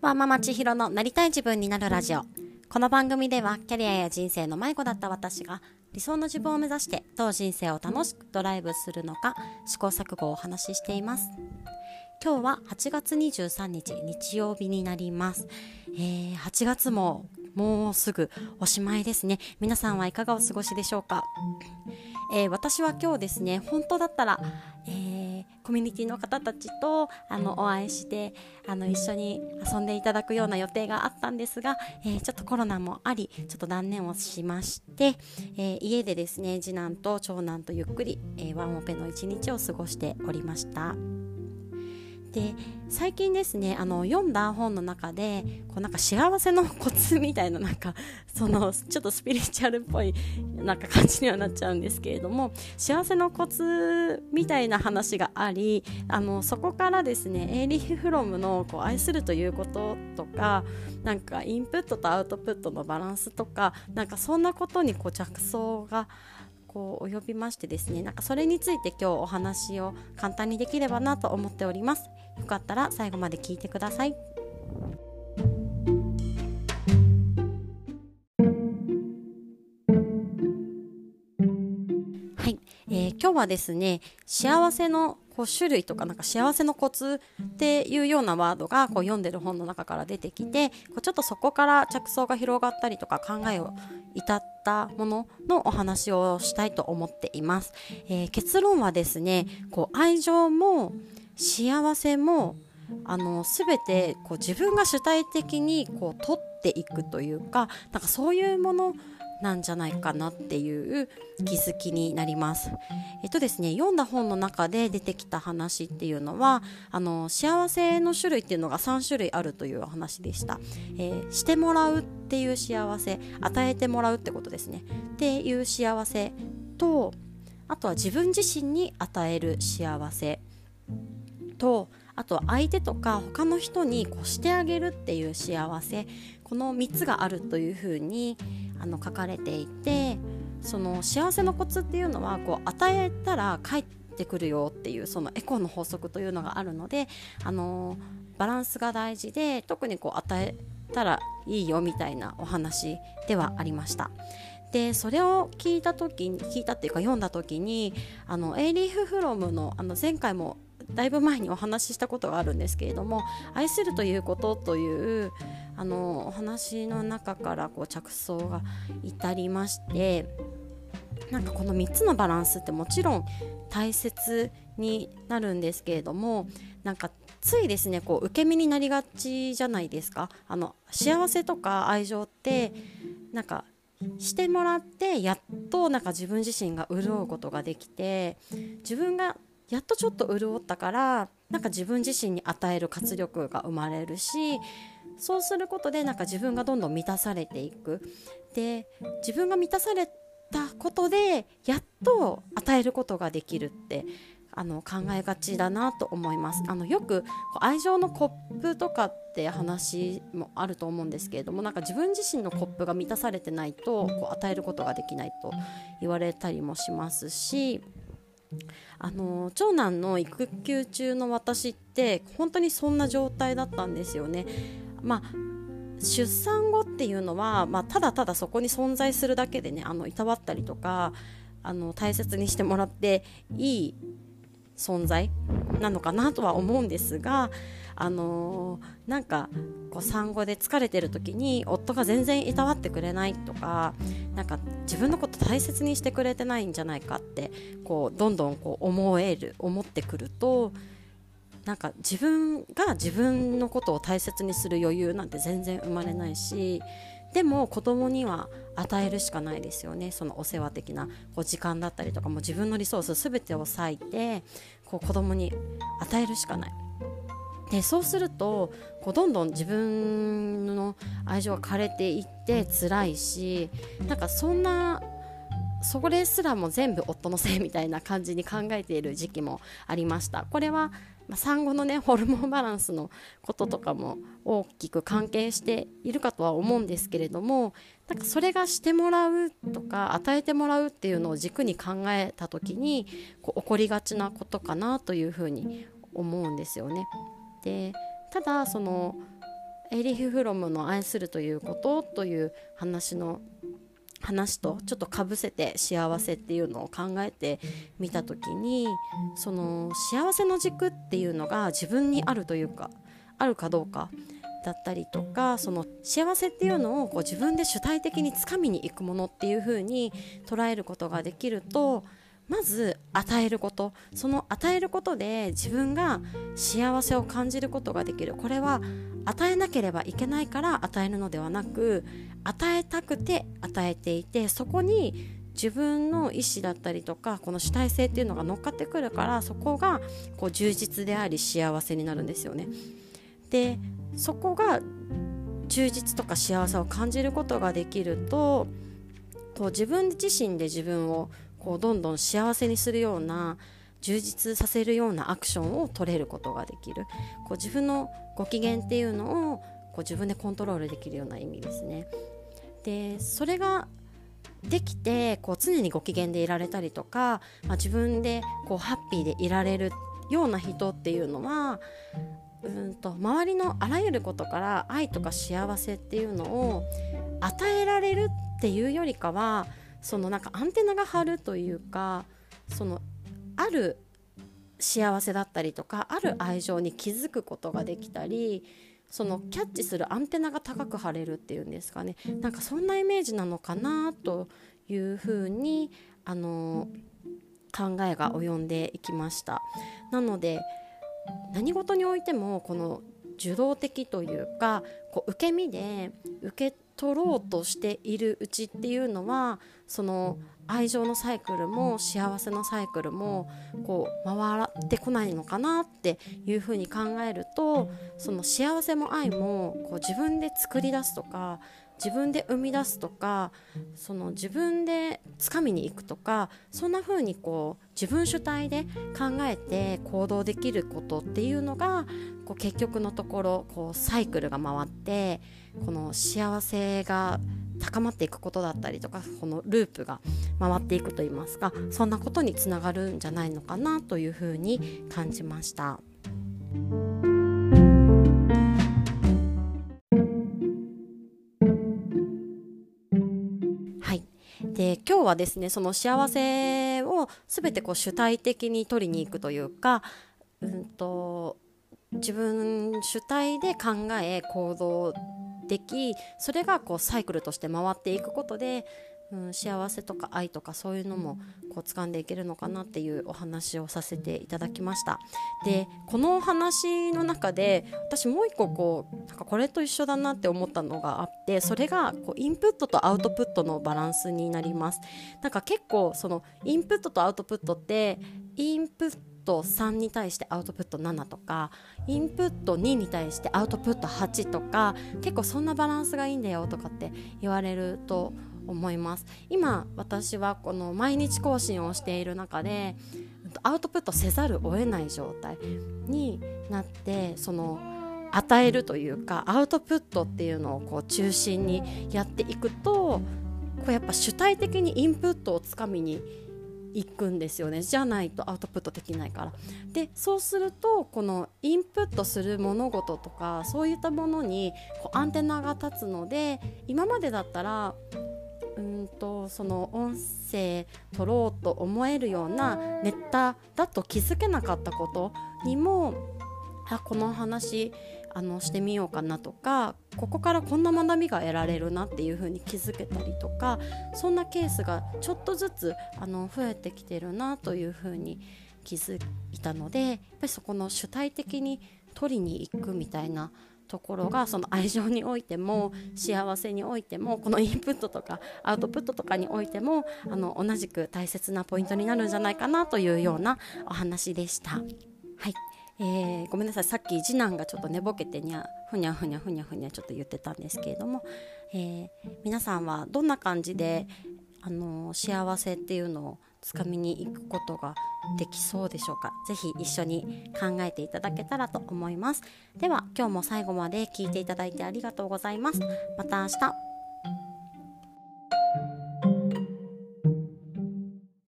ワーママ千尋のなりたい自分になるラジオ。この番組ではキャリアや人生の迷子だった私が理想の自分を目指してどう人生を楽しくドライブするのか試行錯誤をお話ししています。今日は8月23日日曜日になります。8月ももうすぐおしまいですね。皆さんはいかがお過ごしでしょうか。私は今日ですね、本当だったら、コミュニティの方たちとお会いして一緒に遊んでいただくような予定があったんですが、ちょっとコロナもありちょっと断念をしまして、家でですね次男と長男とゆっくり、ワンオペの一日を過ごしておりました。で最近ですね読んだ本の中でなんか幸せのコツみたいなちょっとスピリチュアルっぽい感じにはなっちゃうんですけれども、幸せのコツみたいな話がありそこからですねエーリー・フロムの愛するということとかインプットとアウトプットのバランスとかそんなことに着想が及びましてですね、それについて今日お話を簡単にできればなと思っております。よかったら最後まで聞いてください。はい、今日はですね幸せの種類とか幸せのコツっていうようなワードが読んでる本の中から出てきてちょっとそこから着想が広がったりとか考えを至ったもののお話をしたいと思っています。結論はですね愛情も幸せも全て自分が主体的に取っていくというかそういうものなんじゃないかなっていう気づきになります。ですね、読んだ本の中で出てきた話っていうのは幸せの種類っていうのが3種類あるという話でした。してもらうっていう幸せ、与えてもらうってことですねっていう幸せと、あとは自分自身に与える幸せと、あとは相手とか他の人にしてあげるっていう幸せ、この3つがあるというふうに書かれていて、その幸せのコツっていうのは与えたら返ってくるよっていうそのエコの法則というのがあるのでバランスが大事で、特に与えたらいいよみたいなお話ではありました。でそれを聞いたっていうか読んだ時にエイリーフ・フロムの前回もだいぶ前にお話ししたことがあるんですけれども、愛するということというお話の中から着想が至りまして、この3つのバランスってもちろん大切になるんですけれども、ついですね受け身になりがちじゃないですか。幸せとか愛情ってしてもらってやっと自分自身が潤うことができて、自分がやっとちょっと潤ったから自分自身に与える活力が生まれるし、そうすることで自分がどんどん満たされていく。で自分が満たされたことでやっと与えることができるって考えがちだなと思います。よく愛情のコップとかって話もあると思うんですけれども、自分自身のコップが満たされてないと与えることができないと言われたりもしますし、長男の育休中の私って本当にそんな状態だったんですよね。出産後っていうのは、ただただそこに存在するだけでねいたわったりとか大切にしてもらっていい存在なのかなとは思うんですが、産後で疲れてる時に夫が全然いたわってくれないとか自分のこと大切にしてくれてないんじゃないかってどんどん思ってくると、自分が自分のことを大切にする余裕なんて全然生まれないし、でも子供には与えるしかないですよね。そのお世話的な時間だったりとかも自分のリソース全てを割いて子供に与えるしかない。でそうするとどんどん自分の愛情が枯れていって辛いし、それすらも全部夫のせいみたいな感じに考えている時期もありました。これは産後のホルモンバランスのこととかも大きく関係しているかとは思うんですけれども、それがしてもらうとか与えてもらうっていうのを軸に考えた時に起こりがちなことかなというふうに思うんですよね。でただエリヒ・フロムの愛するということという話とちょっとかぶせて幸せっていうのを考えてみたときに、その幸せの軸っていうのが自分にあるというか、あるかどうかだったりとか、その幸せっていうのをこう自分で主体的につかみに行くものっていう風に捉えることができると、まず与えること、その与えることで自分が幸せを感じることができる。これは与えなければいけないから与えるのではなく、与えたくて与えていて、そこに自分の意思だったりとかこの主体性っていうのが乗っかってくるから、そこがこう充実であり幸せになるんですよね。でそこが充実とか幸せを感じることができると、こう自分自身で自分をこうどんどん幸せにするような、充実させるようなアクションを取れることができる。こう自分のご機嫌っていうのをこう自分でコントロールできるような意味ですね。でそれができてこう常にご機嫌でいられたりとか、自分でこうハッピーでいられるような人っていうのは、周りのあらゆることから愛とか幸せっていうのを与えられるっていうよりかは、そのなんかアンテナが張るというか、そのある幸せだったりとかある愛情に気づくことができたり、そのキャッチするアンテナが高く張れるっていうんですかね、なんかそんなイメージなのかなというふうに考えが及んでいきました。なので何事においてもこの受動的というか、こう受け身で受け取ろうとしているうちっていうのは、その愛情のサイクルも幸せのサイクルもこう回ってこないのかなっていうふうに考えると、その幸せも愛もこう自分で作り出すとか自分で生み出すとか、その自分で掴みに行くとか、そんな風にこう自分主体で考えて行動できることっていうのが、こう結局のところこうサイクルが回ってこの幸せが高まっていくことだったりとか、このループが回っていくといいますか、そんなことにつながるんじゃないのかなというふうに感じました。で今日はですね、その幸せを全てこう主体的に取りに行くというか、自分主体で考え行動でき、それがこうサイクルとして回っていくことで、幸せとか愛とかそういうのもこう掴んでいけるのかなっていうお話をさせていただきました。でこのお話の中で私もう一個なんかこれと一緒だなって思ったのがあって、それがこうインプットとアウトプットのバランスになります。なんか結構そのインプットとアウトプットって、インプット3に対してアウトプット7とか、インプット2に対してアウトプット8とか、結構そんなバランスがいいんだよとかって言われると思います。今私はこの毎日更新をしている中でアウトプットせざるを得ない状態になって、その与えるというかアウトプットっていうのをこう中心にやっていくと、こうやっぱ主体的にインプットをつかみに行くんですよね。じゃないとアウトプットできないから。でそうするとこのインプットする物事とかそういったものにこうアンテナが立つので、今までだったらその音声取ろうと思えるようなネタだと気づけなかったことにも、この話してみようかなとか、ここからこんな学びが得られるなっていう風に気づけたりとか、そんなケースがちょっとずつ増えてきてるなという風に気づいたので、やっぱりそこの主体的に取りに行くみたいなところが、その愛情においても幸せにおいても、このインプットとかアウトプットとかにおいても同じく大切なポイントになるんじゃないかなというようなお話でした。はい、ごめんなさい、さっき次男がちょっと寝ぼけてふにゃふにゃちょっと言ってたんですけれども、皆さんはどんな感じで幸せっていうのをつかみに行くことができそうでしょうか。ぜひ一緒に考えていただけたらと思います。では今日も最後まで聞いていただいてありがとうございます。また明日。